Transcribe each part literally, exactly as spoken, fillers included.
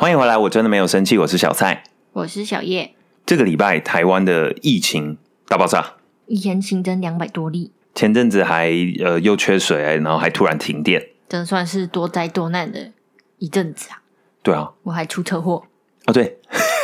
欢迎回来，我真的没有生气，我是小蔡， 我是小叶。 这个礼拜台湾的疫情大爆炸， 一天新增两百多例， 前阵子还呃又缺水，然后还突然停电， 真算是多灾多难的一阵子啊。 对啊， 我还出车祸哦对。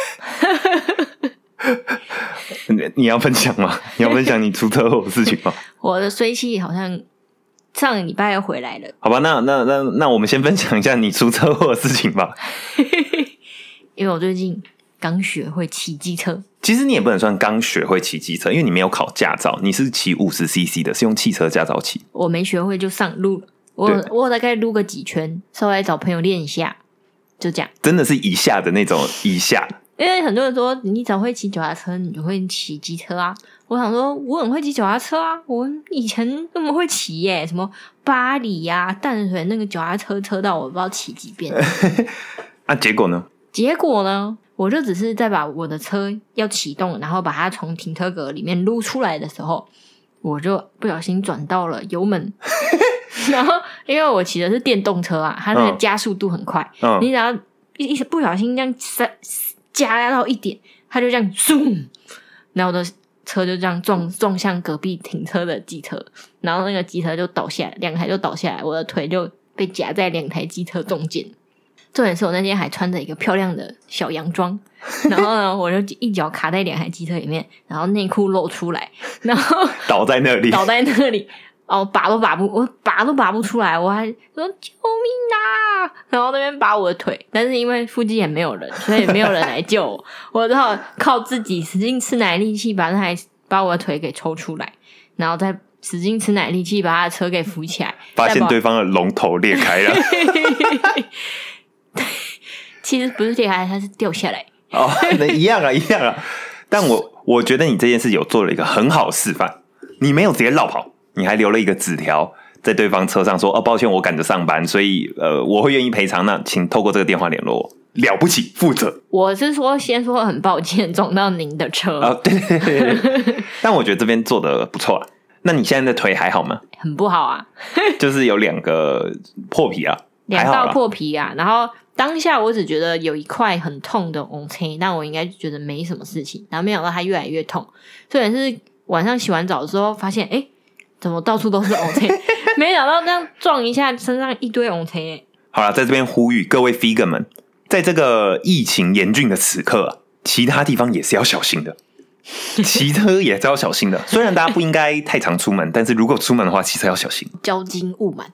你要分享吗？你要分享你出车祸的事情吗？ 我的衰气好像上个礼拜又回来了。 好吧，那那那那我们先分享一下你出车祸的事情吧。 因为我最近刚学会骑机车。 其实你也不能算刚学会骑机车，因为你没有考驾照，你是骑 五十 C C 的，是用汽车驾照骑。 我没学会就上路了，我我大概撸个几圈，稍微找朋友练一下，就这样。 真的是一下的那种一下。 因为很多人说你只要会骑脚踏车你就会骑机车啊，我想说我很会骑脚踏车啊，我以前那么会骑耶，什么巴黎啊淡水那个脚踏车车道我不知道骑几遍。 啊结果呢？ 结果呢我就只是在把我的车要启动，然后把它从停车格里面撸出来的时候，我就不小心转到了油门。然后因为我骑的是电动车啊，它那个加速度很快，嗯、你只要一一不小心这样塞加到一点，它就这样zoom，然后我的车就这样撞撞向隔壁停车的机车，然后那个机车就倒下来，两台就倒下来，我的腿就被夹在两台机车中间。重点是我那天还穿着一个漂亮的小洋装，然后呢我就一脚卡在两台机车里面，然后内裤露出来，然后倒在那里倒在那里哦，拔都拔不，我拔都拔不出来，我还说救命啊！然后那边拔我的腿，但是因为附近也没有人，所以没有人来救我，我只好靠自己使劲吃奶力气把那台把我的腿给抽出来，然后再使劲吃奶力气把他的车给扶起来， 发现对方的龙头裂开了。 其实不是裂开，它是掉下来。 哦，那一样啊，一样啊。但我我觉得你这件事有做了一个很好的示范，你没有直接绕跑。你还留了一个纸条在对方车上说，哦，抱歉我赶着上班，所以呃我会愿意赔偿，那请透过这个电话联络我。了不起，负责。我是说先说很抱歉撞到您的车。 哦，对对对对。但我觉得这边做的不错啊。那你现在的腿还好吗？ 很不好啊。 就是有两个破皮啊， 两道破皮啊，然后当下我只觉得有一块很痛的 OK， 但我应该觉得没什么事情，然后没想到它越来越痛，所以是晚上洗完澡的时候发现，哎，怎么到处都是 OK？ 没想到这样撞一下身上一堆 OK。 好啦，在这边呼吁各位 figure 们，在这个疫情严峻的此刻啊，其他地方也是要小心的，骑车也是要小心的。虽然大家不应该太常出门，但是如果出门的话骑车要小心， 交金勿满。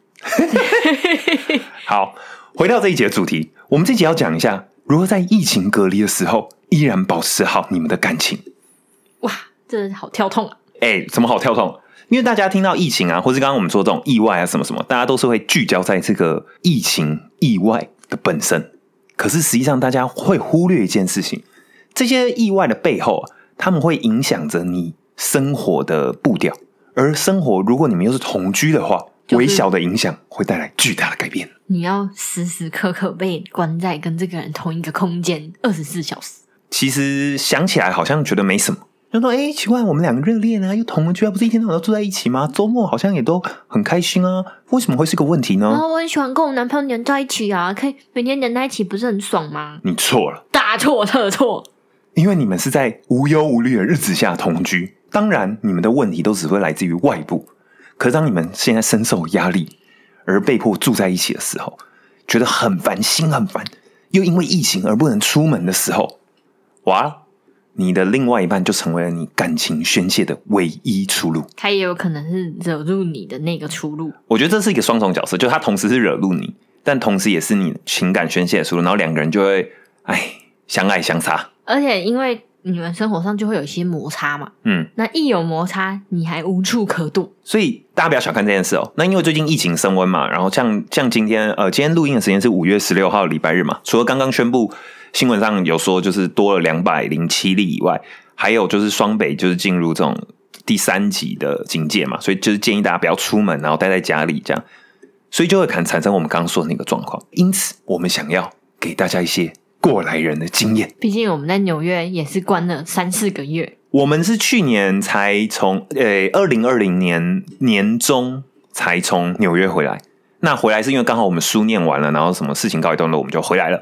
好，回到这一节主题，我们这集要讲一下如何在疫情隔离的时候依然保持好你们的感情。 哇，这好跳痛啊。 哎，怎么好跳痛？因为大家听到疫情啊，或是刚刚我们说这种意外啊什么什么，大家都是会聚焦在这个疫情意外的本身。可是实际上大家会忽略一件事情，这些意外的背后啊，他们会影响着你生活的步调。而生活如果你们又是同居的话，就是微小的影响会带来巨大的改变。 你要时时刻刻被关在跟这个人同一个空间二十四小时。 其实想起来好像觉得没什么，就说哎，奇怪，我们两个热恋啊，又同居啊，不是一天到晚都住在一起吗？周末好像也都很开心啊，为什么会是个问题呢？ 哦，我很喜欢跟我男朋友黏在一起啊，可以每天黏在一起，不是很爽吗？ 你错了， 大错特错。 因为你们是在无忧无虑的日子下同居，当然你们的问题都只会来自于外部。可是当你们现在深受压力而被迫住在一起的时候，觉得很烦，心很烦，又因为疫情而不能出门的时候，哇，你的另外一半就成为了你感情宣泄的唯一出路。 他也有可能是惹怒你的那个出路。 我觉得这是一个双重角色，就他同时是惹怒你，但同时也是你情感宣泄的出路，然后两个人就会哎相爱相杀。 而且因为你们生活上就会有一些摩擦嘛， 嗯， 那一有摩擦你还无处可躲， 所以大家不要小看这件事哦。那因为最近疫情升温嘛，然后像像今天呃，今天录音的时间是五月十六号礼拜日嘛，除了刚刚宣布新闻上有说就是多了两百零七例以外，还有就是双北就是进入这种第三级的警戒嘛，所以就是建议大家不要出门，然后待在家里这样，所以就会产生我们刚刚说的那个状况。因此我们想要给大家一些过来人的经验， 毕竟我们在纽约也是关了三四个月。 我们是去年才从呃二零二零年年中才从纽约回来，那回来是因为刚好我们书念完了，然后什么事情告一段落，我们就回来了。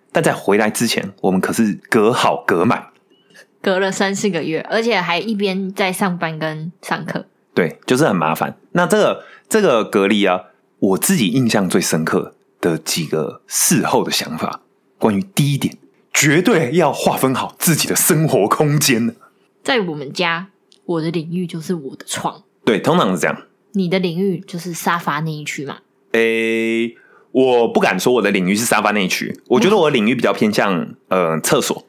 但在回来之前，我们可是隔好隔满， 隔了三四个月，而且还一边在上班跟上课。 对，就是很麻烦。那这个这个隔离啊，我自己印象最深刻的几个事后的想法，关于第一点，绝对要划分好自己的生活空间。 在我们家，我的领域就是我的床。 对，通常是这样。 你的领域就是沙发那一区嘛？ 诶，我不敢说我的领域是沙发那一区，我觉得我的领域比较偏向呃厕所，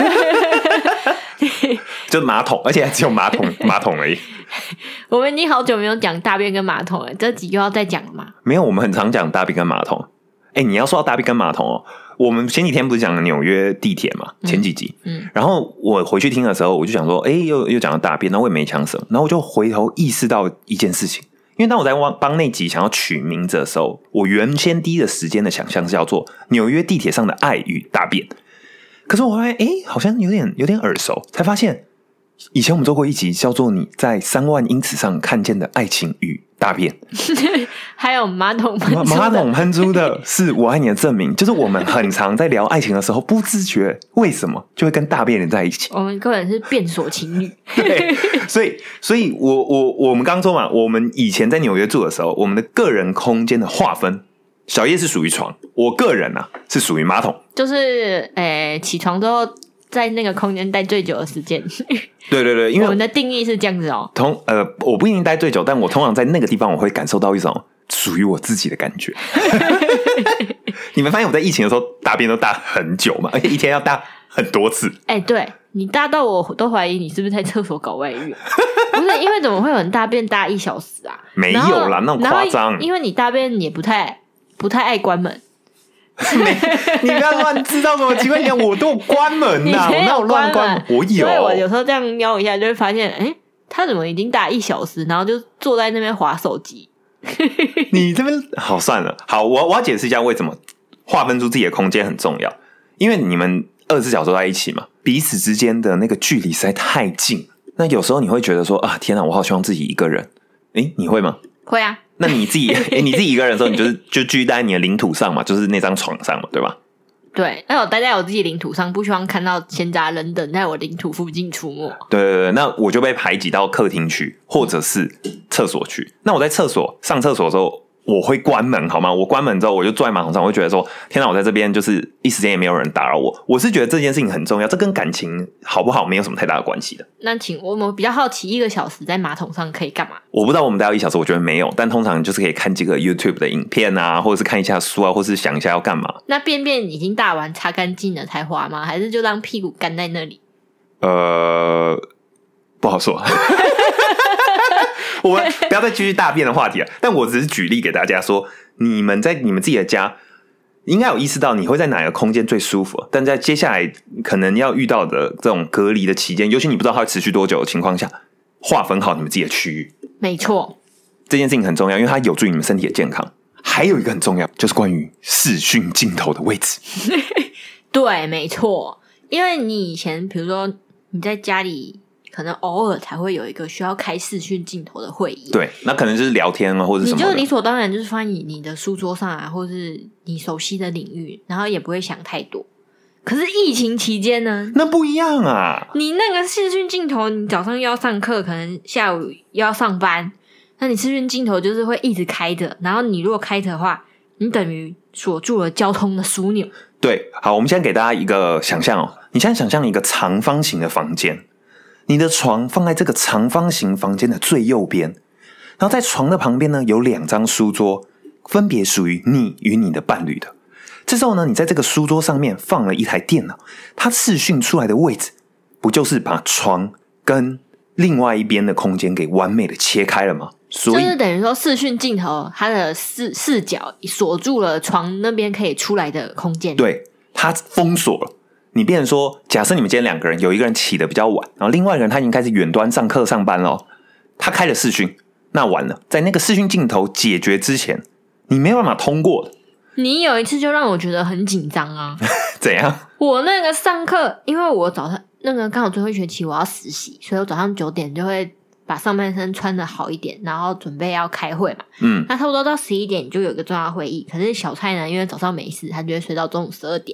就马桶，而且还只有马桶马桶而已。 我们已经好久没有讲大便跟马桶了，这集又要再讲了吗？ 没有，我们很常讲大便跟马桶。哎，你要说到大便跟马桶哦，我们前几天不是讲了纽约地铁嘛？前几集，嗯，嗯然后我回去听的时候，我就想说，哎，又又讲到大便，然后我也没讲什么，然后我就回头意识到一件事情，因为当我在帮那集想要取名字的时候，我原先第一个时间的想象是叫做纽约地铁上的爱与大便，可是我发现，哎，好像有点有点耳熟，才发现以前我们做过一集叫做你在三万英尺上看见的爱情与大便， 还有马桶喷出的马桶喷出的是我爱你的证明，就是我们很常在聊爱情的时候，不自觉为什么就会跟大便连在一起。 我们根本是变锁情侣。 对，所以，所以我我我们刚说嘛，我们以前在纽约住的时候，我们的个人空间的划分，小叶是属于床，我个人啊是属于马桶， 就是诶起床之后。在那个空间待最久的时间， 对对对，因为我们的定义是这样子哦。 通呃，我不一定待最久，但我通常在那个地方，我会感受到一种属于我自己的感觉。你们发现我在疫情的时候大便都大很久嘛，而且一天要大很多次。 哎、欸，对你大到我都怀疑你是不是在厕所搞外遇？不是，因为怎么会有人大便大一小时啊？ 没有啦，那种夸张。 因为你大便也不太不太爱关门。 你不要乱知道什么奇怪讲，我都有关门呐、啊，我哪有乱关门？我有， 所以我有时候这样瞄一下，就会发现，哎、欸，他怎么已经大一小时，然后就坐在那边滑手机？ 你这边好算了，好，我我要解释一下为什么划分出自己的空间很重要，因为你们二十四小时都在一起嘛，彼此之间的那个距离实在太近，那有时候你会觉得说啊，天哪，我好希望自己一个人。哎，你会吗？ 会啊。 那你自己，哎，你自己一个人的时候，你就是就居待在你的领土上嘛，就是那张床上嘛，对吧？ 对，那我待在我自己领土上，不希望看到闲杂人等在我领土附近出没。 对对对，那我就被排挤到客厅去，或者是厕所去。那我在厕所上厕所的时候，我会关门，好吗？我关门之后，我就坐在马桶上，我会觉得说，天哪，我在这边就是一时间也没有人打扰我。我是觉得这件事情很重要，这跟感情好不好没有什么太大的关系的。 那请我们比较好奇，一个小时在马桶上可以干嘛？ 我不知道我们待到一小时，我觉得没有，但通常就是可以看几个 YouTube 的影片啊，或者是看一下书啊，或是想一下要干嘛。 那便便已经大完擦干净了才滑吗？还是就让屁股干在那里？ 呃，不好说。我们不要再继续大便的话题了，但我只是举例给大家说，你们在你们自己的家应该有意识到你会在哪个空间最舒服，但在接下来可能要遇到的这种隔离的期间，尤其你不知道它会持续多久的情况下，划分好你们自己的区域。 没错， 这件事情很重要，因为它有助于你们身体的健康。还有一个很重要，就是关于视讯镜头的位置。 对，没错，因为你以前比如说你在家里可能偶尔才会有一个需要开视讯镜头的会议， 对，那可能就是聊天啊，或者什么的， 你就理所当然就是放在你的书桌上啊，或是你熟悉的领域，然后也不会想太多。可是疫情期间呢， 那不一样啊！ 你那个视讯镜头，你早上又要上课，可能下午又要上班，那你视讯镜头就是会一直开着，然后你如果开着的话，你等于锁住了交通的枢纽。 对，好，我们现在给大家一个想象哦，你现在想象一个长方形的房间。你的床放在这个长方形房间的最右边，然后在床的旁边呢有两张书桌，分别属于你与你的伴侣的。这时候呢，你在这个书桌上面放了一台电脑，它视讯出来的位置，不就是把床跟另外一边的空间给完美的切开了吗？所以就是等于说视讯镜头它的视视角锁住了床那边可以出来的空间， 对，它封锁了。你变成说，假设你们今天两个人，有一个人起得比较晚，然后另外一个人他已经开始远端上课上班了，他开了视讯，那完了，在那个视讯镜头解决之前，你没有办法通过的。 你有一次就让我觉得很紧张啊！ 怎样？ 我那个上课，因为我早上那个刚好最后一学期我要实习，所以我早上九点就会把上半身穿得好一点，然后准备要开会嘛。嗯，那差不多到十一点就有一个重要会议，可是小蔡呢，因为早上没事，他就会睡到中午十二点。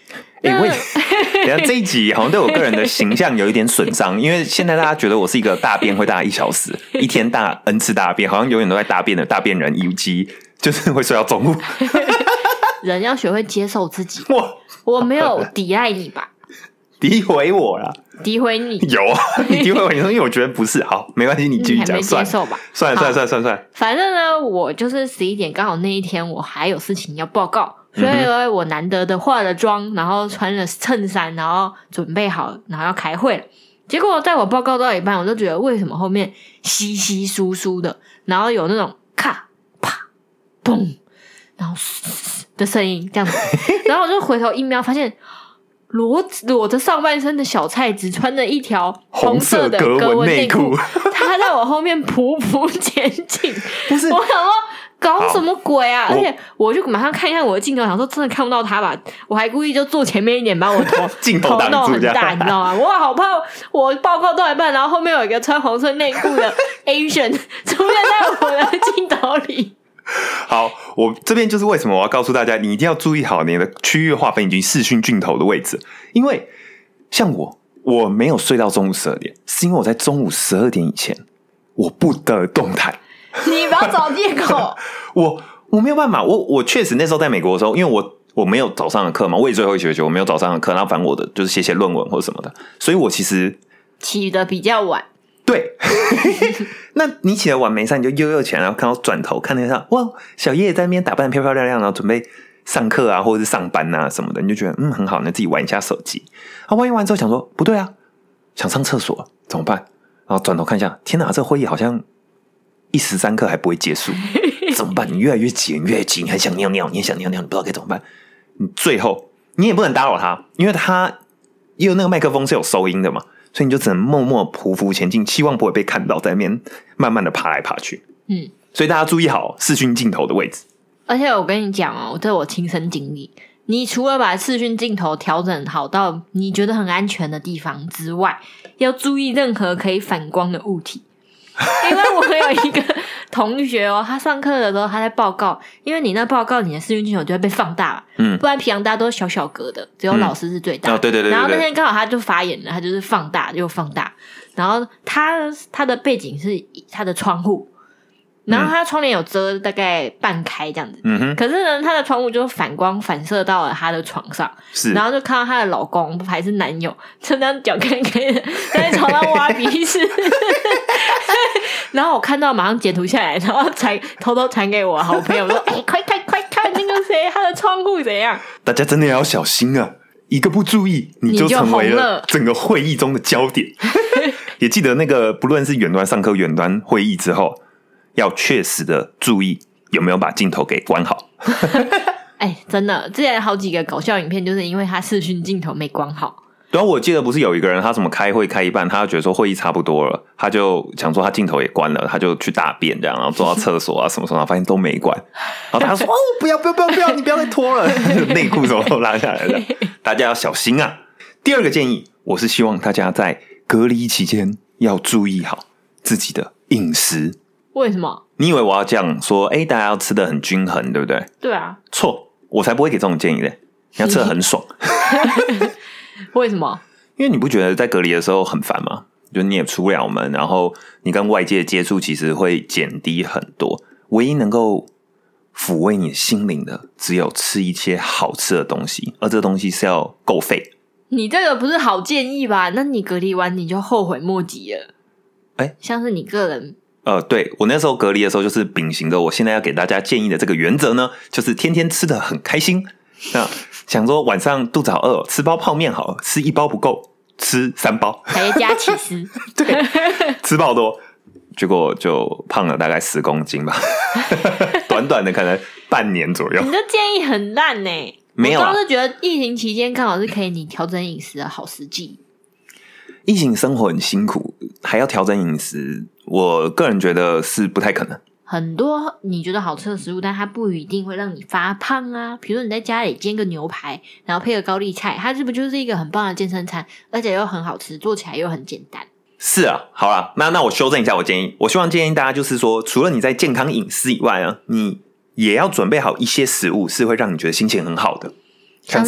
哎、欸，为等一下这一集好像对我个人的形象有一点损伤，因为现在大家觉得我是一个大便会大一小时，一天大 n 次大便，好像永远都在大便的大便人，以及就是会睡到中午。 人要学会接受自己。我没有抵赖你吧？ 诋毁我啦？ 诋毁你？ 有啊，你诋毁我，因为我觉得不是。好，没关系，你继续讲。 你还没接受吧？ 算了算了算了算了算了。 反正呢，我就是十一点，刚好那一天我还有事情要报告。所以我难得的化了妆，然后穿了衬衫，然后准备好，然后要开会了。结果在我报告到一半，我就觉得为什么后面稀稀疏疏的，然后有那种咔啪嘣，然后嘶的声音这样子，然后我就回头一瞄，发现裸裸着上半身的小菜只穿着一条红色的格纹内裤，他在我后面匍匐前进。不是，我想说。搞什么鬼啊！而且我就马上看一看我的镜头，想说真的看不到他吧？我还故意就坐前面一点，把我头镜头挡住， 很大，你知道吗？我好怕我报告到一半，然后后面有一个穿红色内裤的 Asian 出现在我的镜头里。 好，我这边就是为什么我要告诉大家，你一定要注意好你的区域划分以及视讯镜头的位置，因为像我，我没有睡到中午十二点，是因为我在中午十二点以前我不得动弹。 你不要找借口。 我我没有办法，我我确实那时候在美国的时候，因为我我没有早上的课嘛，我也最后一学期我没有早上的课，然后反正我的就是写写论文或什么的，所以我其实起得比较晚。 对，那你起得晚没事，你就悠悠起来，然后看到转头看那上，哇，小叶在那边打扮得漂漂亮亮，然后准备上课啊，或者是上班啊什么的，你就觉得嗯很好，那自己玩一下手机。啊，玩一玩之后想说不对啊，想上厕所怎么办？然后转头看一下，天哪，这会议好像一时三刻还不会结束，怎么办？你越来越急，你越来越急，你很想尿尿，你也想尿尿，你不知道该怎么办。你最后你也不能打扰他，因为他因为那个麦克风是有收音的嘛，所以你就只能默默匍匐前进，期望不会被看到，在那边慢慢的爬来爬去。嗯，所以大家注意好视讯镜头的位置。 而且我跟你讲哦，这是我亲身经历。你除了把视讯镜头调整好到你觉得很安全的地方之外，要注意任何可以反光的物体。因为我有一个同学哦，他上课的时候他在报告，因为你那报告你的视讯镜头就会被放大了，嗯，不然平常大家都是小小格的，只有老师是最大的。 嗯哦、对对 对, 对, 对。 然后那天刚好他就发言了，他就是放大又放大，然后他他的背景是他的窗户。然后他窗帘有遮大概半开这样子，嗯哼。可是呢，他的窗户就反光反射到了他的床上，是。然后就看到她的老公还是男友，就那样脚开开的在床上挖鼻屎。然后我看到马上截图下来，然后传偷偷传给我好朋友说：“哎、欸，快看快看那个谁，他的窗户怎样？” 大家真的要小心啊！一个不注意，你就成为了整个会议中的焦点。也记得那个，不论是远端上课、远端会议之后。要确实的注意有没有把镜头给关好。 哎、欸，真的，之前好几个搞笑影片就是因为他视讯镜头没关好。 然后我记得不是有一个人，他什么开会开一半，他觉得说会议差不多了，他就想说他镜头也关了，他就去大便这样，然后走到厕所啊什么什么，发现都没关，然后大家说哦不要不要不要不要，你不要再脱了，内裤什么都拉下来了，大家要小心啊。第二个建议，我是希望大家在隔离期间要注意好自己的饮食。 为什么？ 你以为我要这样说？哎、欸，大家要吃得很均衡，对不对？ 对啊。 错，我才不会给这种建议的。你要吃得很爽。 为什么？ 因为你不觉得在隔离的时候很烦吗？就你也出不了门，然后你跟外界接触其实会减低很多。唯一能够抚慰你心灵的，只有吃一些好吃的东西，而这个东西是要够费。 你这个不是好建议吧？那你隔离完你就后悔莫及了。哎、欸，像是你个人。 呃，对，我那时候隔离的时候，就是秉行的我现在要给大家建议的这个原则呢，就是天天吃得很开心。那想说晚上肚子好饿，吃包泡面好了，吃一包不够，吃三包， 还加起司， 对，吃爆多，结果就胖了大概十公斤吧，短短的可能半年左右。 你的建议很烂呢、欸， 没有啦， 我倒是觉得疫情期间刚好是可以你调整饮食的好时机。 疫情生活很辛苦，还要调整饮食，我个人觉得是不太可能。 很多你觉得好吃的食物，但它不一定会让你发胖啊。比如说你在家里煎个牛排，然后配个高丽菜，它是不是就是一个很棒的健身餐，而且又很好吃，做起来又很简单。 是啊，好啦，那那我修正一下我建议，我希望建议大家就是说，除了你在健康饮食以外啊，你也要准备好一些食物是会让你觉得心情很好的，像是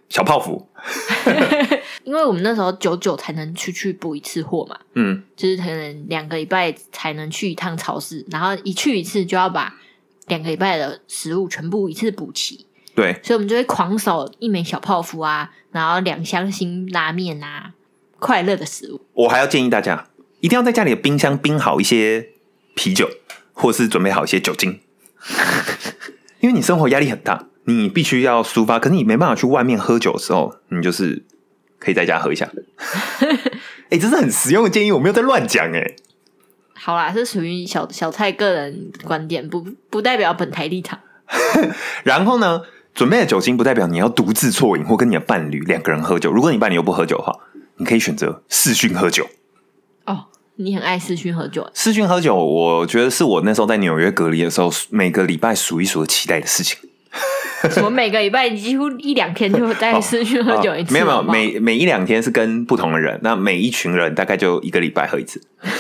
小泡芙。 因为我们那时候久久才能出去补一次货嘛， 嗯， 就是可能两个礼拜才能去一趟超市，然后一去一次就要把两个礼拜的食物全部一次补齐。 对， 所以我们就会狂扫一枚小泡芙啊，然后两箱辛拉面啊，快乐的食物。 我还要建议大家，一定要在家里的冰箱冰好一些啤酒，或是准备好一些酒精，因为你生活压力很大，你必须要抒发，可是你没办法去外面喝酒的时候，你就是可以在家喝一下。哎、欸，这是很实用的建议，我没有在乱讲哎。 好啦，是属于小小蔡个人观点，不不代表本台立场。 然后呢，准备的酒精不代表你要独自啜饮或跟你的伴侣两个人喝酒。如果你伴侣又不喝酒的话，你可以选择视讯喝酒。 哦，你很爱视讯喝酒？ 视讯喝酒，我觉得是我那时候在纽约隔离的时候，每个礼拜数一数的期待的事情。 什么每个礼拜几乎一两天就在视讯喝酒一次？哦哦、 没有没有，每每一两天是跟不同的人，那每一群人大概就一个礼拜喝一次。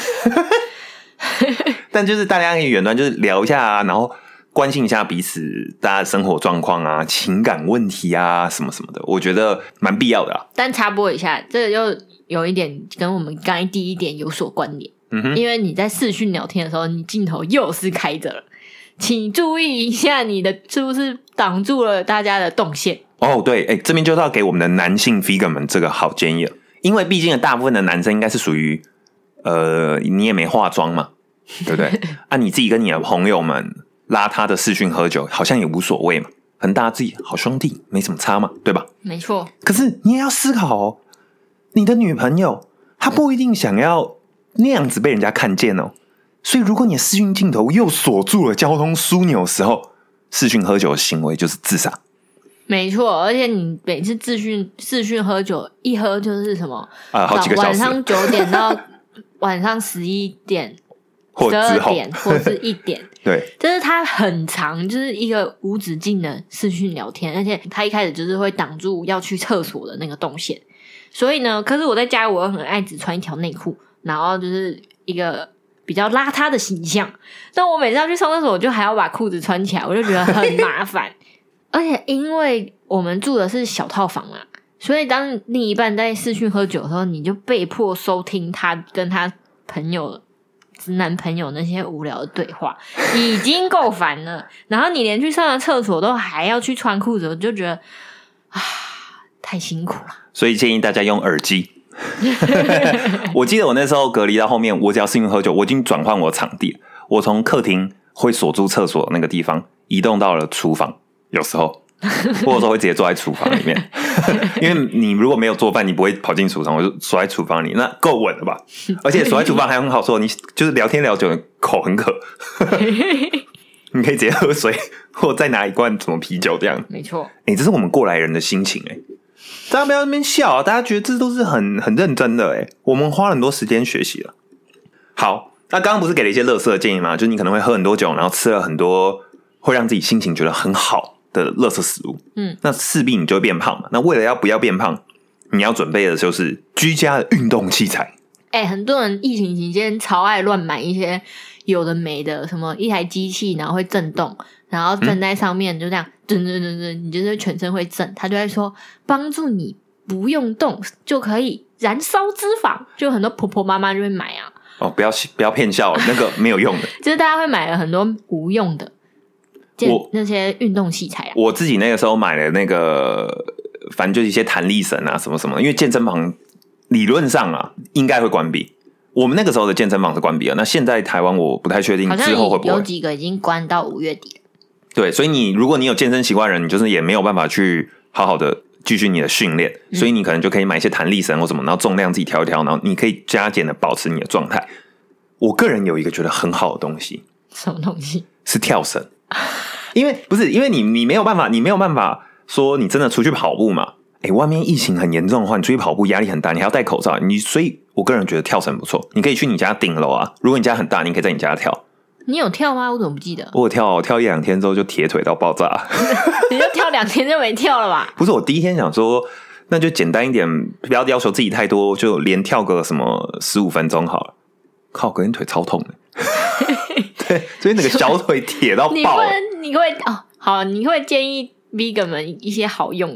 但就是大家可以远端就是聊一下啊，然后关心一下彼此大家的生活状况啊、情感问题啊什么什么的，我觉得蛮必要的啊。 但插播一下，这个又有一点跟我们刚才第一点有所关联。嗯哼，因为你在视讯聊天的时候，你镜头又是开着了，请注意一下你的是不是挡住了大家的动线。 哦，对，哎，这边就是要给我们的男性 figure 们这个好建议了，因为毕竟大部分的男生应该是属于呃，你也没化妆嘛，对不对？啊，你自己跟你的朋友们拉他的视讯喝酒，好像也无所谓嘛，可能大家自己好兄弟，没什么差嘛，对吧？ 没错。 可是你也要思考哦，你的女朋友她不一定想要那样子被人家看见哦，所以如果你的视讯镜头又锁住了交通枢纽的时候，视讯喝酒的行为就是自杀。 没错，而且你每次视讯视讯喝酒，一喝就是什么啊，好几个小时， 晚上九点到晚上十一点。 或十二点或是一点， 对， 就是它很长，就是一个无止境的视讯聊天，而且它一开始就是会挡住要去厕所的那个动线，所以呢，可是我在家我又很爱只穿一条内裤，然后就是一个比较邋遢的形象，但我每次要去上厕所，我就还要把裤子穿起来，我就觉得很麻烦。而且因为我们住的是小套房啊，所以当另一半在视讯喝酒的时候，你就被迫收听他跟他朋友直男朋友那些无聊的对话，已经够烦了。然后你连去上个厕所都还要去穿裤子，我就觉得啊，太辛苦了。 所以建议大家用耳机。我记得我那时候隔离到后面，我只要是因为喝酒，我已经转换我的场地，我从客厅会锁住厕所那个地方，移动到了厨房，有时候。或者说会直接坐在厨房里面，因为你如果没有做饭，你不会跑进厨房，我就锁在厨房里，那够稳了吧？而且锁在厨房还很好说，你就是聊天聊久，口很渴，你可以直接喝水，或再拿一罐什么啤酒这样。 没错， 哎、欸，这是我们过来人的心情哎、欸，大家不要在那边笑啊，大家觉得这都是很很认真的哎、欸，我们花了很多时间学习了。好，那刚刚不是给了一些垃圾的建议吗？就是你可能会喝很多酒，然后吃了很多会让自己心情觉得很好的垃圾食物，嗯，那势必你就会变胖嘛。那为了要不要变胖，你要准备的就是居家的运动器材。 哎、欸，很多人疫情期间超爱乱买一些有的没的，什么一台机器然后会震动，然后站在上面就这样震震震震，你就是全身会震，他就会说帮助你不用动就可以燃烧脂肪，就很多婆婆妈妈就会买啊。 哦，不要不要骗笑，那个没有用的， 就是大家会买了很多无用的。我那些运动器材啊， 我自己那个时候买了那个，反正就是一些弹力绳啊，什么什么。因为健身房理论上啊，应该会关闭。我们那个时候的健身房是关闭了，那现在台湾我不太确定之后会不会。 有几个已经关到五月底了。 对，所以你如果你有健身习惯的人，你就是也没有办法去好好的继续你的训练，嗯、所以你可能就可以买一些弹力绳或什么，然后重量自己调一调，然后你可以加减的保持你的状态。我个人有一个觉得很好的东西， 什么东西？ 是跳绳。因为不是因为你你没有办法你没有办法说你真的出去跑步嘛？哎、欸，外面疫情很严重的话，你出去跑步压力很大，你还要戴口罩，你所以我个人觉得跳绳不错。你可以去你家顶楼啊，如果你家很大，你可以在你家跳。 你有跳吗？我怎么不记得？ 我有跳，我跳一两天之后就铁腿到爆炸。 你就跳两天就没跳了吧？ 不是，我第一天想说，那就简单一点，不要要求自己太多，就连跳个什么十五分钟好了。靠，隔天腿超痛的。对，所以那个小腿铁到爆了。 你会，你会哦，好，你会建议 vegan 们一些好用的、啊，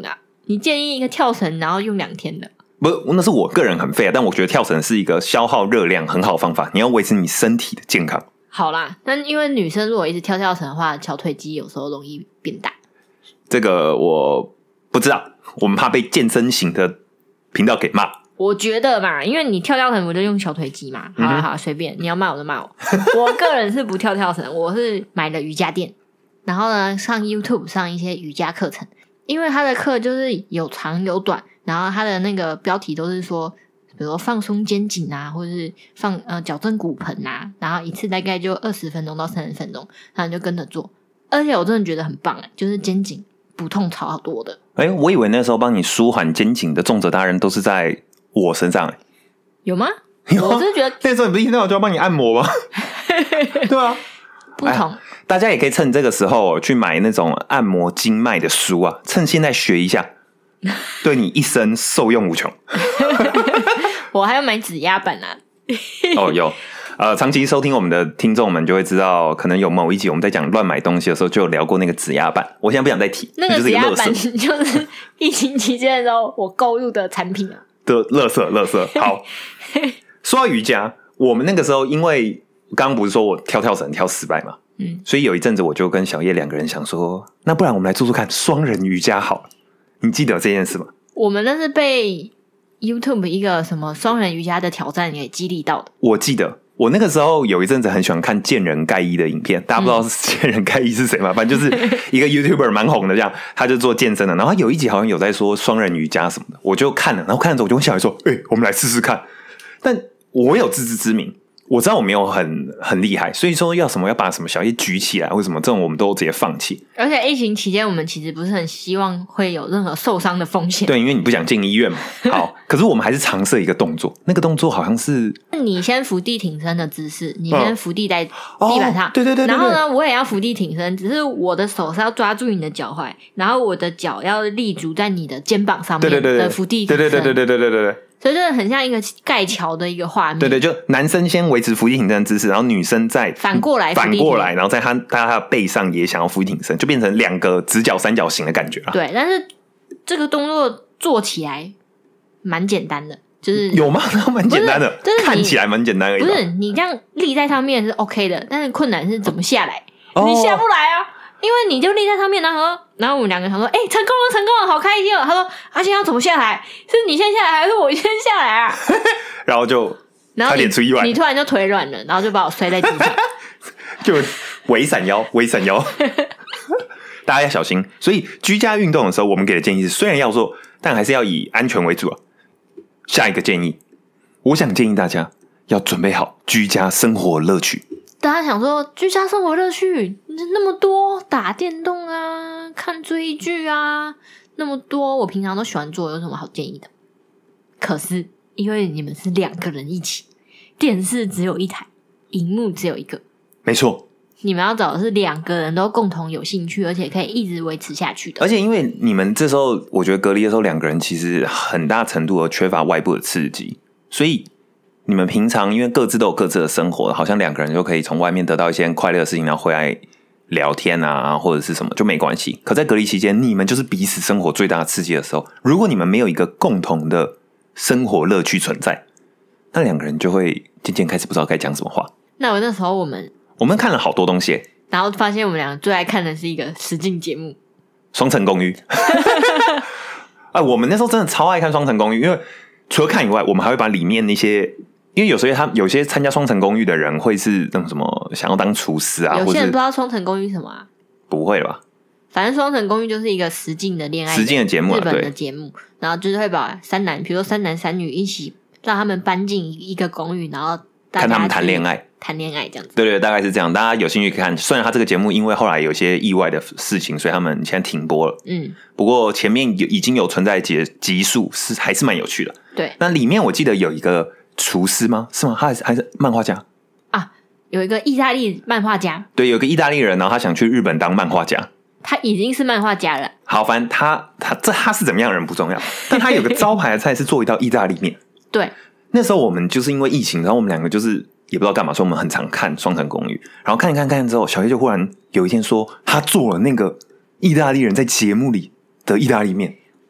你建议一个跳绳然后用两天的？ 不，那是我个人很废啊，但我觉得跳绳是一个消耗热量很好的方法，你要维持你身体的健康。 好啦，但因为女生如果一直跳跳绳的话，小腿肌有时候容易变大。 这个我不知道，我们怕被健身型的频道给骂。 我觉得嘛，因为你跳跳绳我就用小腿肌嘛，好好好，随便你要骂我就骂我。我个人是不跳跳绳，我是买了瑜伽垫，然后呢上 YouTube 上一些瑜伽课程，因为他的课就是有长有短，然后他的那个标题都是说，比如说放松肩颈啊，或者是放呃矫正骨盆啊，然后一次大概就二十分钟到三十分钟，然后你就跟着做，而且我真的觉得很棒哎，就是肩颈不痛超好多的。 哎，我以为那时候帮你舒缓肩颈的重责大人都是在我身上。 有吗？ 有啊， 我是觉得那时候你不是一天到晚就要帮你按摩吗？对啊， 不同、哎。 大家也可以趁这个时候去买那种按摩经脉的书啊，趁现在学一下，对你一生受用无穷。 我还要买指压板啊。 哦，有。呃，长期收听我们的听众们就会知道，可能有某一集我们在讲乱买东西的时候，就有聊过那个指压板。我现在不想再提， 那个指压板就是疫情期间的时候我购入的产品啊。 的垃圾，垃圾。好，说到瑜伽，我们那个时候因为刚刚不是说我跳跳绳跳失败嘛，嗯，所以有一阵子我就跟小叶两个人想说，那不然我们来做做看双人瑜伽好了。你记得这件事吗？ 我们那是被 YouTube 一个什么双人瑜伽的挑战给激励到的。 我记得。我那个时候有一阵子很喜欢看健人盖伊的影片，大家不知道健人盖伊是谁吗？反正就是一个 YouTuber 蛮红的，这样他就做健身的。然后他有一集好像有在说双人瑜伽什么的，我就看了，然后看了之后我就跟小孩说：“哎、欸，我们来试试看。”但我有自知之明，我知道我没有很很厉害，所以说要什么要把什么小叶举起来，或什么这种我们都直接放弃。 而且疫情期间，我们其实不是很希望会有任何受伤的风险。 对，因为你不想进医院嘛。好，可是我们还是尝试一个动作，那个动作好像是你先伏地挺身的姿势，你先伏地在地板上， 哦、对, 对, 对, 对对对。 然后呢，我也要伏地挺身，只是我的手是要抓住你的脚踝，然后我的脚要立足在你的肩膀上面的伏地挺身。 对对对对对对对对对。 所以就是很像一个盖桥的一个画面。 对对，就男生先维持伏地挺身的姿势，然后女生再反过来反过来，然后在他在他的背上也想要伏地挺身，就变成两个直角三角形的感觉了。 对，但是这个动作做起来蛮简单的，就是有吗？蛮简单的， 就是看起来蛮简单而已。 不是你这样立在上面是 OK 的，但是困难是怎么下来？哦、你下不来啊。因为你就立在上面，然后然后我们两个想说，哎、欸，成功了，成功了，好开心哦！他说，而且要怎么下来？是你先下来，还是我先下来啊？ 然后就差点出意外， 你突然就腿软了，然后就把我摔在地上， 就微闪腰，微闪腰。大家要小心。所以居家运动的时候，我们给的建议是，虽然要做，但还是要以安全为主啊。下一个建议，我想建议大家要准备好居家生活乐趣。 大家想说居家生活乐趣那么多，打电动啊，看追剧啊，那么多，我平常都喜欢做，有什么好建议的？可是因为你们是两个人一起，电视只有一台，荧幕只有一个， 没错， 你们要找的是两个人都共同有兴趣，而且可以一直维持下去的。 而且因为你们这时候，我觉得隔离的时候，两个人其实很大程度的缺乏外部的刺激，所以你们平常因为各自都有各自的生活，好像两个人就可以从外面得到一些快乐的事情，然后回来聊天啊，或者是什么就没关系。可在隔离期间，你们就是彼此生活最大的刺激的时候，如果你们没有一个共同的生活乐趣存在，那两个人就会渐渐开始不知道该讲什么话。 那我那时候我们我们看了好多东西， 然后发现我们两个最爱看的是一个实境节目《 双层公寓》。啊，我们那时候真的超爱看《双层公寓》，因为除了看以外，我们还会把里面那些。因为有时候他有些参加双层公寓的人会是那种什么想要当厨师啊， 有些人不知道双层公寓是什么啊？ 不会吧？ 反正双层公寓就是一个实境的恋爱实境的节目、啊， 日本的节目，然后就是会把三男，比如说三男三女一起让他们搬进一个公寓，然后大家看他们谈恋爱， 谈恋爱这样子。 对对，大概是这样。大家有兴趣可以看。虽然他这个节目因为后来有些意外的事情，所以他们现在停播了。嗯，不过前面有已经有存在集集数，是还是蛮有趣的。 对， 那里面我记得有一个。厨师吗？是吗？他还是还是漫画家啊？有一个意大利漫画家， 对，有一个意大利人，然后他想去日本当漫画家。 他已经是漫画家了。 好，反正他他这他是怎么样的人不重要，但他有个招牌的菜是做一道意大利面。 对， 那时候我们就是因为疫情，然后我们两个就是也不知道干嘛，所以我们很常看《双层公寓》，然后看一看看之后，小叶就忽然有一天说，他做了那个意大利人在节目里的意大利面。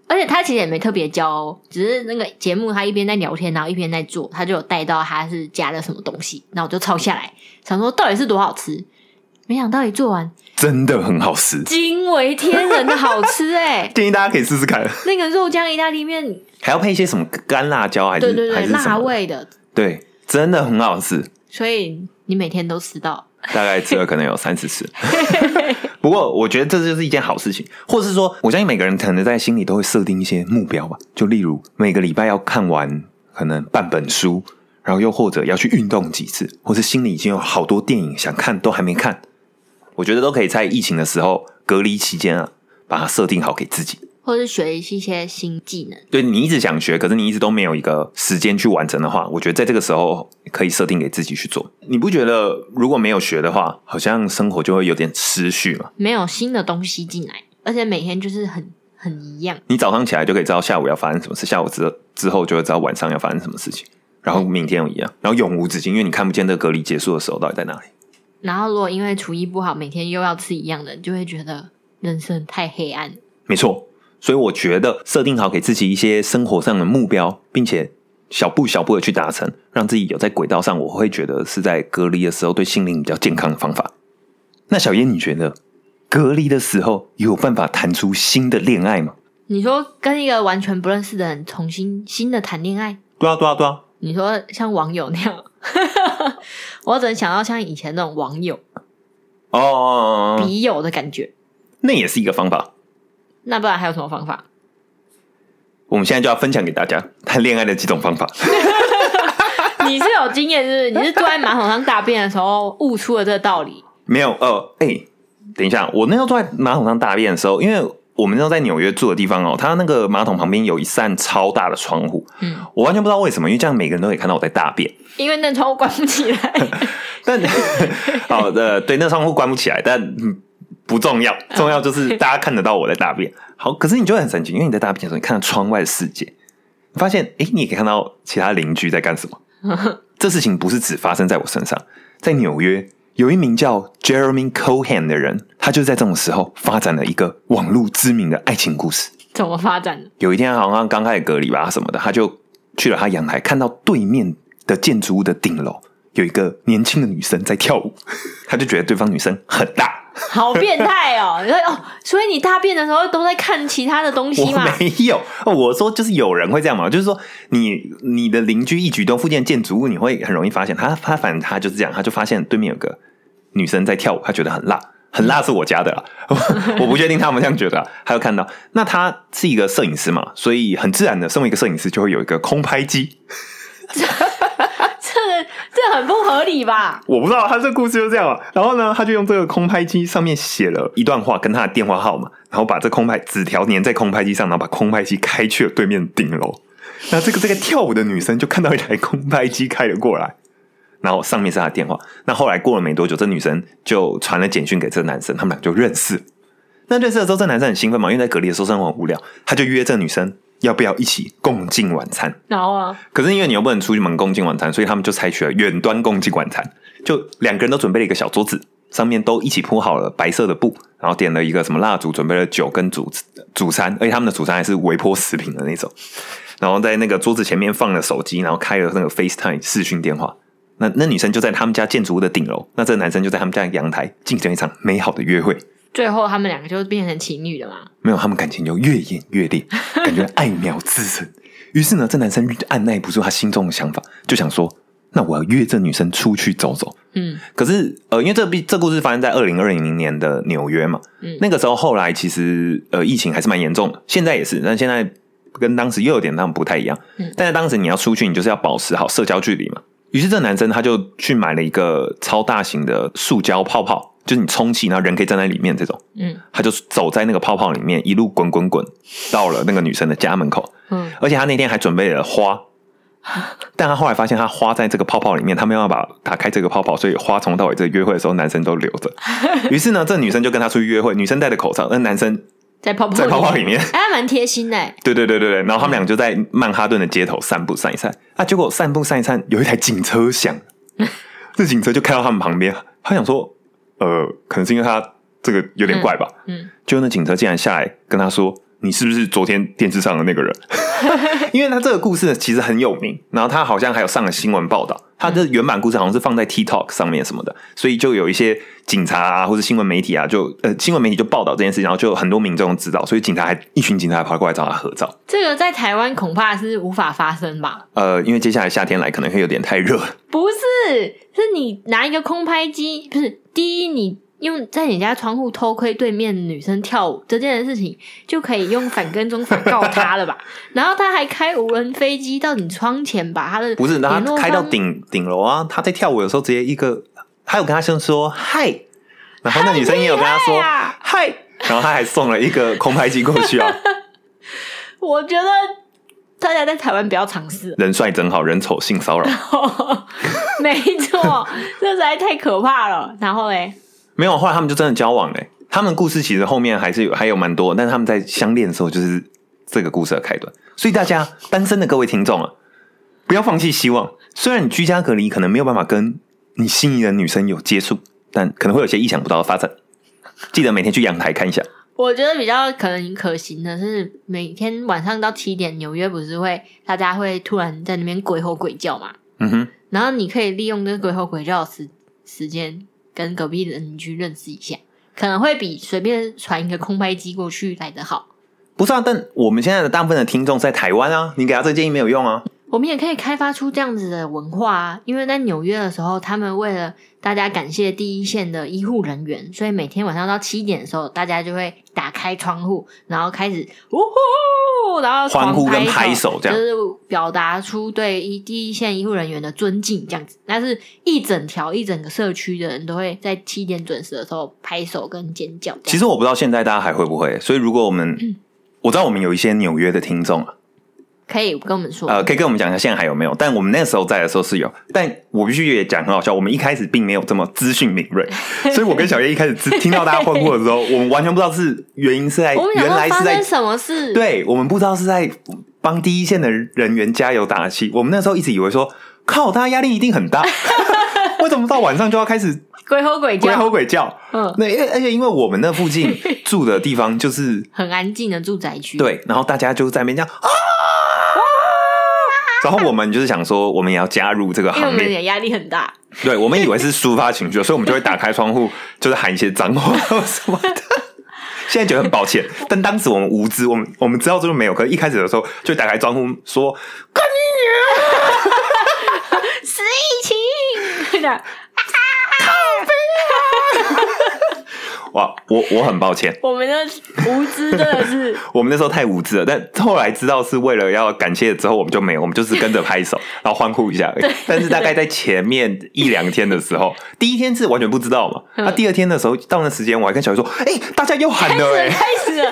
而且他其实也没特别教哦，只是那个节目他一边在聊天，然后一边在做，他就有带到他是加了什么东西，然后我就抄下来，想说到底是多好吃，没想到一做完真的很好吃， 惊为天人的好吃哎、欸！ 建议大家可以试试看。那个肉酱意大利面还要配一些什么干辣椒，还是对对对还是什么辣味的， 对，真的很好吃。 所以你每天都吃到， 大概吃了可能有三四次。不过我觉得这就是一件好事情，或是说，我相信每个人可能在心里都会设定一些目标吧。就例如每个礼拜要看完可能半本书，然后又或者要去运动几次，或是心里已经有好多电影想看都还没看。我觉得都可以在疫情的时候隔离期间啊，把它设定好给自己， 或是学一些新技能。 对，你一直想学，可是你一直都没有一个时间去完成的话，我觉得在这个时候可以设定给自己去做。你不觉得如果没有学的话，好像生活就会有点失序吗？ 没有新的东西进来，而且每天就是很很一样。 你早上起来就可以知道下午要发生什么事，下午之之后就会知道晚上要发生什么事情，然后明天又一样，然后永无止境，因为你看不见这个隔离结束的时候到底在哪里。 然后如果因为厨艺不好，每天又要吃一样的，就会觉得人生太黑暗。 没错，所以我觉得设定好给自己一些生活上的目标，并且小步小步的去达成，让自己有在轨道上，我会觉得是在隔离的时候对心灵比较健康的方法。那小燕，你觉得隔离的时候有办法谈出新的恋爱吗？ 你说跟一个完全不认识的人重新新的谈恋爱？ 对啊对啊对啊。 你说像网友那样我只能想到像以前那种网友哦， 笔友的感觉， 那也是一个方法。 那不然还有什么方法？ 我们现在就要分享给大家谈恋爱的几种方法。 你是有经验是不是？你是坐在马桶上大便的时候悟出了这个道理？ 没有呃，哎、欸，等一下，我那时候坐在马桶上大便的时候，因为我们那时候在纽约住的地方哦，它那个马桶旁边有一扇超大的窗户，嗯，我完全不知道为什么，因为这样每个人都可以看到我在大便， 因为那窗户关不起来。 但好的，对，那窗户关不起来，但、嗯、不重要，重要就是大家看得到我在大便。好，可是你就会很神奇，因为你在大便的时候，你看到窗外的世界，你发现，哎、欸，你也可以看到其他邻居在干什么。这事情不是只发生在我身上，在纽约。有一名叫 Jeremy Cohen 的人，他就在这种时候发展了一个网络知名的爱情故事。 怎么发展的？ 有一天好像刚开始隔离吧什么的，他就去了他阳台，看到对面的建筑物的顶楼有一个年轻的女生在跳舞，他就觉得对方女生很大。 好变态哦！哦，所以你大便的时候都在看其他的东西吗？ 我没有，我说就是有人会这样嘛，就是说你你的邻居一举动，附近的建筑物你会很容易发现。他他反正他就是这样，他就发现对面有个女生在跳舞，他觉得很辣，很辣是我家的啦，我不确定他们这样觉得、啊。他就看到，那他是一个摄影师嘛，所以很自然的，身为一个摄影师就会有一个空拍机。 这很不合理吧？ 我不知道，他这个故事就这样嘛。然后呢，他就用这个空拍机上面写了一段话，跟他的电话号码，然后把这空拍纸条粘在空拍机上，然后把空拍机开去了对面顶楼。那这个这个跳舞的女生就看到一台空拍机开了过来，然后上面是他的电话。那后来过了没多久，这女生就传了简讯给这个男生，他们俩就认识。那认识的时候，这男生很兴奋嘛，因为在隔离的时候生活很无聊，他就约这女生要不要一起共进晚餐。 然后啊， 可是因为你又不能出门共进晚餐，所以他们就采取了远端共进晚餐。就两个人都准备了一个小桌子，上面都一起铺好了白色的布，然后点了一个什么蜡烛，准备了酒跟主主餐，而且他们的主餐还是微波食品的那种。然后在那个桌子前面放了手机，然后开了那个 FaceTime 视讯电话。那那女生就在他们家建筑物的顶楼，那这个男生就在他们家的阳台进行一场美好的约会。 最后他们两个就变成情侣了嘛？ 没有，他们感情就越演越烈，感觉爱苗滋生。于是呢，这男生按耐不住他心中的想法，就想说：“那我要约这女生出去走走。”嗯，可是呃，因为这这故事发生在二零二零年的纽约嘛，嗯，那个时候后来其实呃疫情还是蛮严重的，现在也是，但现在跟当时又有点那不太一样。嗯，但是当时你要出去，你就是要保持好社交距离嘛。于是这男生他就去买了一个超大型的塑胶泡泡。就是你充气，然后人可以站在里面这种，嗯，他就走在那个泡泡里面，一路滚滚滚，到了那个女生的家门口，嗯，而且他那天还准备了花，但他后来发现他花在这个泡泡里面，他没有办法打开这个泡泡，所以花从到尾这个约会的时候，男生都留着。于是呢，这女生就跟他出去约会，女生戴着口罩，那男生在泡泡在泡泡里面， 哎，蛮贴心的。 对对对对对，然后他们俩就在曼哈顿的街头散步散一散，啊，结果散步散一散，有一台警车响，这警车就开到他们旁边，他想说。呃，可能是因为他这个有点怪吧，嗯，嗯就那警车竟然下来跟他说：“ 你是不是昨天电视上的那个人？因为他这个故事其实很有名，然后他好像还有上了新闻报道。他的原版故事好像是放在 TikTok 上面什么的，所以就有一些警察啊或者新闻媒体啊，就呃新闻媒体就报道这件事情，然后就有很多民众知道，所以警察还一群警察还跑过来找他合照。 这个在台湾恐怕是无法发生吧？ 呃，因为接下来夏天来可能会有点太热。 不是，是你拿一个空拍机，不是第一你。用在你家窗户偷窥对面女生跳舞这件事情，就可以用反跟踪法告他了吧？然后他还开无人飞机到你窗前，把他的不是，他开到顶顶楼啊！他在跳舞的时候直接一个，他有跟他先说嗨，然后那女生也有跟他说嗨、啊，然后他还送了一个空拍机过去啊！ 我觉得大家在台湾不要尝试， 人帅真好，人丑性骚扰。 没错，这实在太可怕了。然后嘞？ 没有，后来他们就真的交往了、欸。他们故事其实后面还是有还有蛮多，但是他们在相恋的时候就是这个故事的开端。所以大家单身的各位听众啊，不要放弃希望。虽然你居家隔离可能没有办法跟你心仪的女生有接触，但可能会有些意想不到的发展。记得每天去阳台看一下。 我觉得比较可能可行的是，每天晚上到七点，纽约不是会大家会突然在那边鬼吼鬼叫嘛？ 嗯哼， 然后你可以利用这个鬼吼鬼叫的时时间。跟隔壁的邻居认识一下，可能会比随便传一个空拍机过去来得好。 不是啊，但我们现在的大部分的听众在台湾啊，你给他这个建议没有用啊。 我们也可以开发出这样子的文化啊，因为在纽约的时候，他们为了大家感谢第一线的医护人员，所以每天晚上到七点的时候，大家就会打开窗户，然后开始呜呼，然后欢呼跟拍手，这样就是表达出对第一线医护人员的尊敬，这样子。但是一整条一整个社区的人都会在七点准时的时候拍手跟尖叫。 其实我不知道现在大家还会不会，所以如果我们、嗯、我知道我们有一些纽约的听众啊。 可以跟我们说， 呃，可以跟我们讲一下现在还有没有？但我们那时候在的时候是有，但我必须也讲很好笑，我们一开始并没有这么资讯敏锐，所以我跟小叶一开始听到大家欢呼的时候，我们完全不知道是原因是在原来是在什么事？ 对，我们不知道是在帮第一线的人员加油打气。我们那时候一直以为说，靠，大家压力一定很大，为什么到晚上就要开始鬼吼鬼叫？ 鬼吼鬼叫，嗯，那而且因为我们那附近住的地方就是很安静的住宅区， 对，然后大家就在那边这样啊。然后我们就是想说，我们也要加入这个行列， 因为我们也压力很大。 对，我们以为是抒发情绪，所以我们就会打开窗户，就是喊一些脏话什么的。现在觉得很抱歉，但当时我们无知，我们我们知道这个没有。可是一开始的时候，就打开窗户说：“干你娘， 死疫情！” 靠北啊！哇，我我很抱歉， 我们的无知真的是我们那时候太无知了。但后来知道是为了要感谢之后，我们就没有，我们就是跟着拍手，然后欢呼一下而已。但是大概在前面一两天的时候，第一天是完全不知道嘛。那、嗯啊、第二天的时候，到那时间，我还跟小鱼说：“哎、欸，大家又喊了、欸，哎， 开始了。”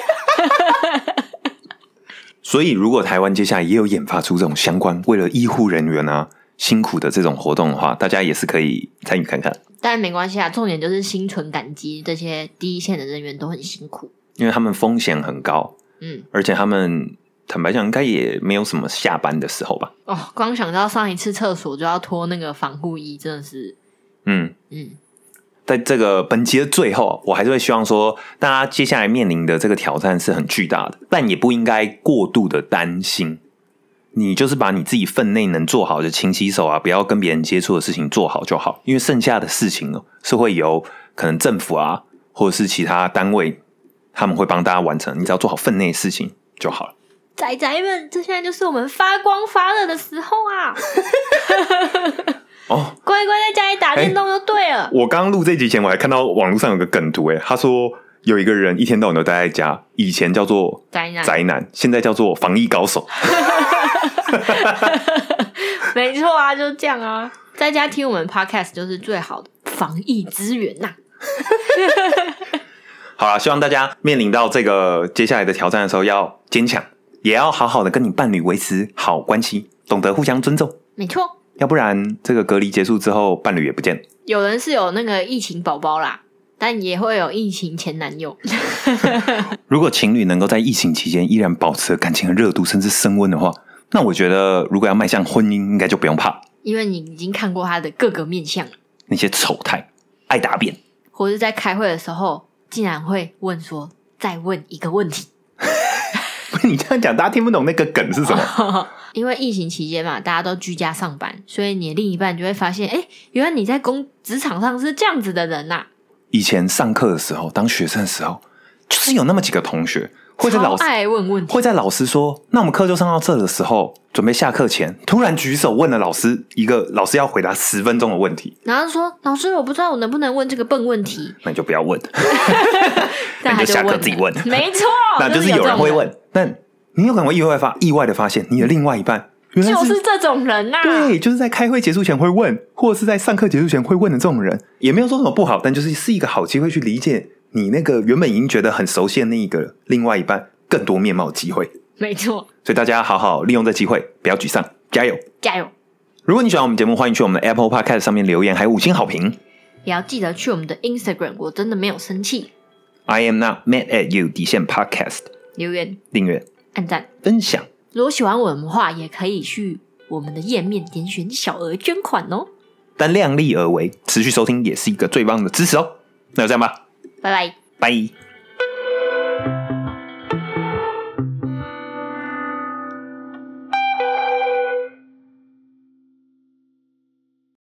所以，如果台湾接下来也有研发出这种相关为了医护人员啊辛苦的这种活动的话，大家也是可以参与看看。 但没关系啊，重点就是心存感激，这些第一线的人员都很辛苦， 因为他们风险很高， 嗯， 而且他们坦白讲，应该也没有什么下班的时候吧。 哦，光想到上一次厕所就要脱那个防护衣，真的是， 嗯嗯。在这个本集的最后，我还是会希望说，大家接下来面临的这个挑战是很巨大的，但也不应该过度的担心。你就是把你自己分内能做好的勤洗手啊，不要跟别人接触的事情做好就好，因为剩下的事情呢，是会由可能政府啊，或者是其他单位，他们会帮大家完成，你只要做好分内的事情就好了。 宅宅们，这现在就是我们发光发热的时候啊！ 哦， 乖乖在家里打电动就对了。 欸、我刚录这集前，我还看到网络上有个梗图，哎，他说有一个人一天到晚都待在家，以前叫做宅男， 宅男，现在叫做防疫高手。 没错啊，就是这样啊，在家听我们 podcast 就是最好的防疫资源呐、啊。 好啦，希望大家面临到这个接下来的挑战的时候要坚强，也要好好的跟你伴侣维持好关系，懂得互相尊重。 没错， 要不然这个隔离结束之后，伴侣也不见了。 有人是有那个疫情宝宝啦，但也会有疫情前男友。 如果情侣能够在疫情期间依然保持感情的热度，甚至升温的话，那我觉得如果要迈向婚姻，应该就不用怕， 因为你已经看过他的各个面相了。 那些丑态、爱答辩， 或是在开会的时候竟然会问说再问一个问题。 你这样讲，大家听不懂那个梗是什么。 因为疫情期间嘛，大家都居家上班，所以你的另一半就会发现，哎，原来你在工职场上是这样子的人呐、啊。 以前上课的时候，当学生的时候，就是有那么几个同学会在老师爱问问题， 会在老师说那我们课就上到这的时候，准备下课前突然举手问了老师一个老师要回答十分钟的问题， 然后说老师我不知道我能不能问这个笨问题， 那你就不要问那你就下课自己问， 没错， 那就是有人会问，但你有可能会意外发意外的发现你的另外一半原来是就是这种人呐、啊， 对，就是在开会结束前会问，或者是在上课结束前会问的这种人，也没有说什么不好，但就是是一个好机会去理解你那个原本已经觉得很熟悉的那一个另外一半更多面貌的机会。 没错， 所以大家好好利用这机会，不要沮丧，加油加油！ 如果你喜欢我们节目，欢迎去我们的 Apple Podcast 上面留言，还有五星好评。 也要记得去我们的 Instagram， 我真的没有生气。 I am not mad at you 底线 Podcast 留言、 订阅、 按赞、 分享。 如果喜欢我们的话，也可以去我们的页面点选小额捐款哦。 但量力而为，持续收听也是一个最棒的支持哦。那就这样吧， 拜拜， 拜。